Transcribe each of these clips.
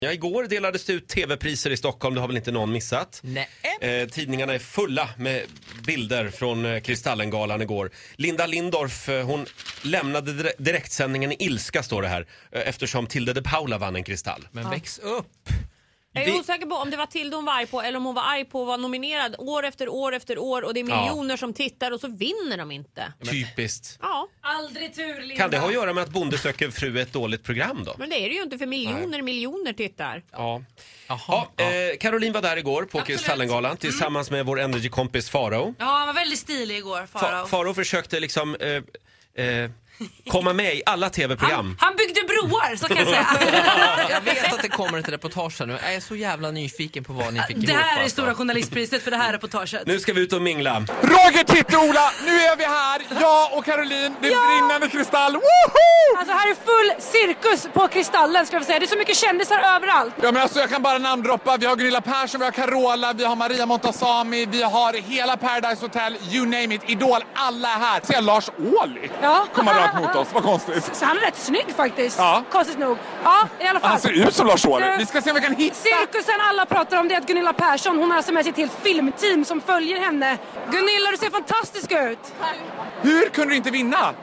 Ja, igår delades det ut tv-priser i Stockholm, det har väl inte någon missat. Nej. Tidningarna är fulla med bilder från Kristallengalan igår. Linda Lindorff, hon lämnade direktsändningen i ilska, står det här, eftersom Tilde de Paula vann en kristall. Men väx upp. Jag är osäker på om det var Tilde hon var arg på eller om hon var arg på att vara nominerad år efter år efter år och det är miljoner som tittar och så vinner de inte. Typiskt. Ja. Aldrig tur, Linda. Kan det ha att göra med att Bonde söker fru är ett dåligt program då? Men det är det ju inte, för miljoner tittar. Ja. Caroline var där igår på Kristallengalan tillsammans med vår energy-kompis Faro. Ja, han var väldigt stilig igår, Faro. Faro försökte liksom komma med i alla tv-program. Han byggde broar, så kan jag säga. Jag vet att det kommer ett reportage nu. Jag är så jävla nyfiken på vad ni fick ihop. Det här är stora journalistpriset för det här reportaget. Nu ska vi ut och mingla. Roger, Titti, Ola, nu är vi här. Jag och Caroline, det är brinnande kristall. Woho! Alltså här är full cirkus på Kristallen, ska jag säga. Det är så mycket kändisar överallt. Ja, men alltså jag kan bara namndroppa. Vi har Gunilla Persson, vi har Carola, vi har Maria Montazami, vi har hela Paradise Hotel, you name it, Idol, alla är här. Se Lars Ohly. Ja. Kommer rakt mot oss, vad konstigt. Så han är rätt snygg faktiskt. Ja. Konstigt nog. Ja, i alla fall. Han ser ut som Lars Ohly. Vi ska se om vi kan hitta. Cirkusen alla pratar om det är att Gunilla Persson, hon har alltså med sitt helt filmteam som följer henne. Gunilla, du ser fantastisk ut. Hur kunde du inte vinna?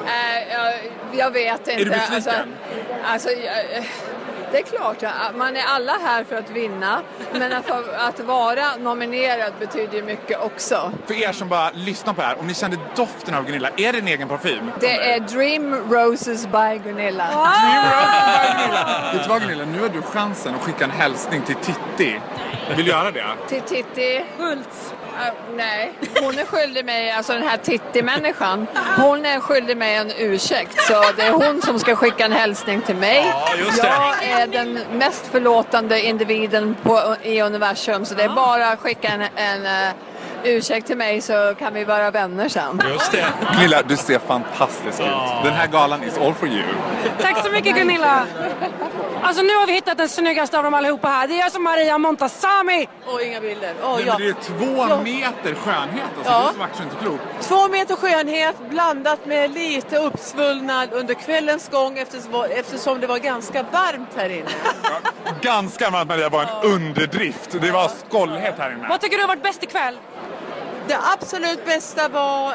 Jag vet inte. Är du besviken? Alltså, det är klart, man är alla här för att vinna. Men att vara nominerad betyder mycket också. För er som bara lyssnar på det här, om ni kände doften av Gunilla, är det en egen parfym? Det är Dream Roses by Gunilla. Dream Roses by Gunilla. Vet du vad, Gunilla, nu har du chansen att skicka en hälsning till Titti. Vill du göra det? Till Titti Schultz. Nej, hon är skyldig mig, alltså den här Titti-människan, hon är skyldig mig en ursäkt. Så det är hon som ska skicka en hälsning till mig. Ja, just det. Jag är den mest förlåtande individen i universum, så det är bara att skicka en ursäkt till mig så kan vi vara vänner sen. Just det. Gunilla, du ser fantastisk ut. Den här galan is all for you. Tack så mycket, Gunilla. Alltså nu har vi hittat den snyggaste av dem allihopa här. Det är som Maria Montazami. Och inga bilder. Nej, men det är 2 meter skönhet. Alltså, det är så vackert, inte klokt. 2 meter skönhet blandat med lite uppsvullnad under kvällens gång eftersom det var ganska varmt här inne. Ganska varmt, men det var en underdrift. Det var skållhet här inne. Vad tycker du har varit bäst ikväll? Det absolut bästa var...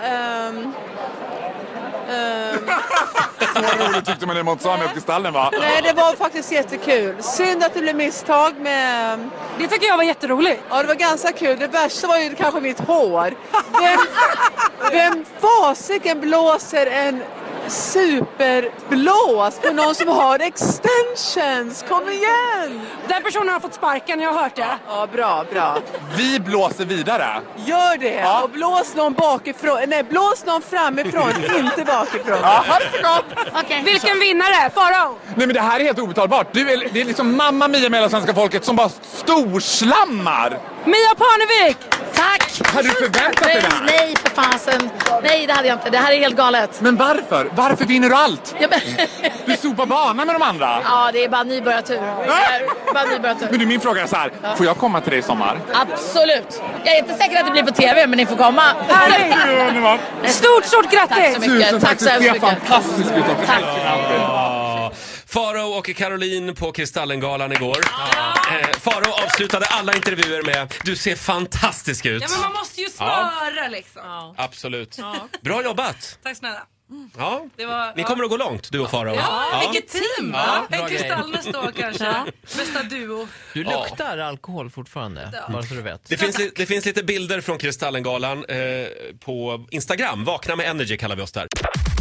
Så roligt tyckte man det mot Sami och Kristallen, va? Nej, det var faktiskt jättekul. Synd att det blev misstag med... Det tycker jag var jätteroligt. Ja, det var ganska kul. Det värsta var ju kanske mitt hår. Vem fasiken blåser en superblås på någon som har extensions? Kom igen! Den personen har fått sparken, jag har hört det. Ja, bra. Vi blåser vidare. Gör det. Ja. Och blås någon bakifrån. Nej, blås någon framifrån, inte bakifrån. Ja, ha det så gott! Okay. Vilken vinnare? Faro? Nej, men det här är helt obetalbart. Det är liksom mamma Mia med hela svenska folket som bara storslammar. Mia Parnevik! Tack! Hade du förväntat dig det här? Nej, för fasen. Nej, det hade jag inte. Det här är helt galet. Men varför? Varför vinner du allt? Ja, men... Du sopar banan med de andra. Ja, det är bara nybörjartur. Men du, min fråga är så här. Får jag komma till dig i sommar? Absolut. Jag är inte säker att det blir på tv, men ni får komma. Stort Tack grattis! så mycket. Tack så Du ser mycket. fantastisk ut. Tack. Faro och Caroline på Kristallengalan igår. Faro avslutade alla intervjuer med: du ser fantastisk ut. Ja, men man måste ju smöra liksom. Ja. Absolut. Bra jobbat. Tack snälla. Ja. Det var, Ni kommer att gå långt, du och Faro. Vilket team, va? En Kristallen då kanske. Bästa duo. Du luktar alkohol fortfarande, bara så du vet. Det finns lite bilder från Kristallengalan på Instagram. Vakna med Energy kallar vi oss där.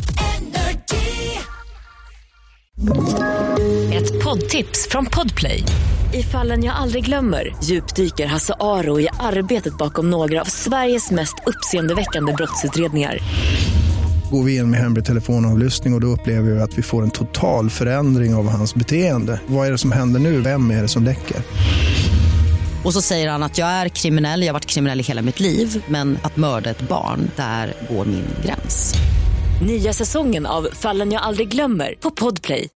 Ett poddtips från Podplay. I Fallen jag aldrig glömmer djupdyker Hasse Aro i arbetet bakom några av Sveriges mest uppseendeväckande brottsutredningar. Går vi in med hemlig telefonavlyssning och då upplever vi att vi får en total förändring av hans beteende. Vad är det som händer nu? Vem är det som läcker? Och så säger han att jag är kriminell, jag har varit kriminell i hela mitt liv. Men att mörda ett barn, där går min gräns. Nya säsongen av Fallen jag aldrig glömmer på Podplay.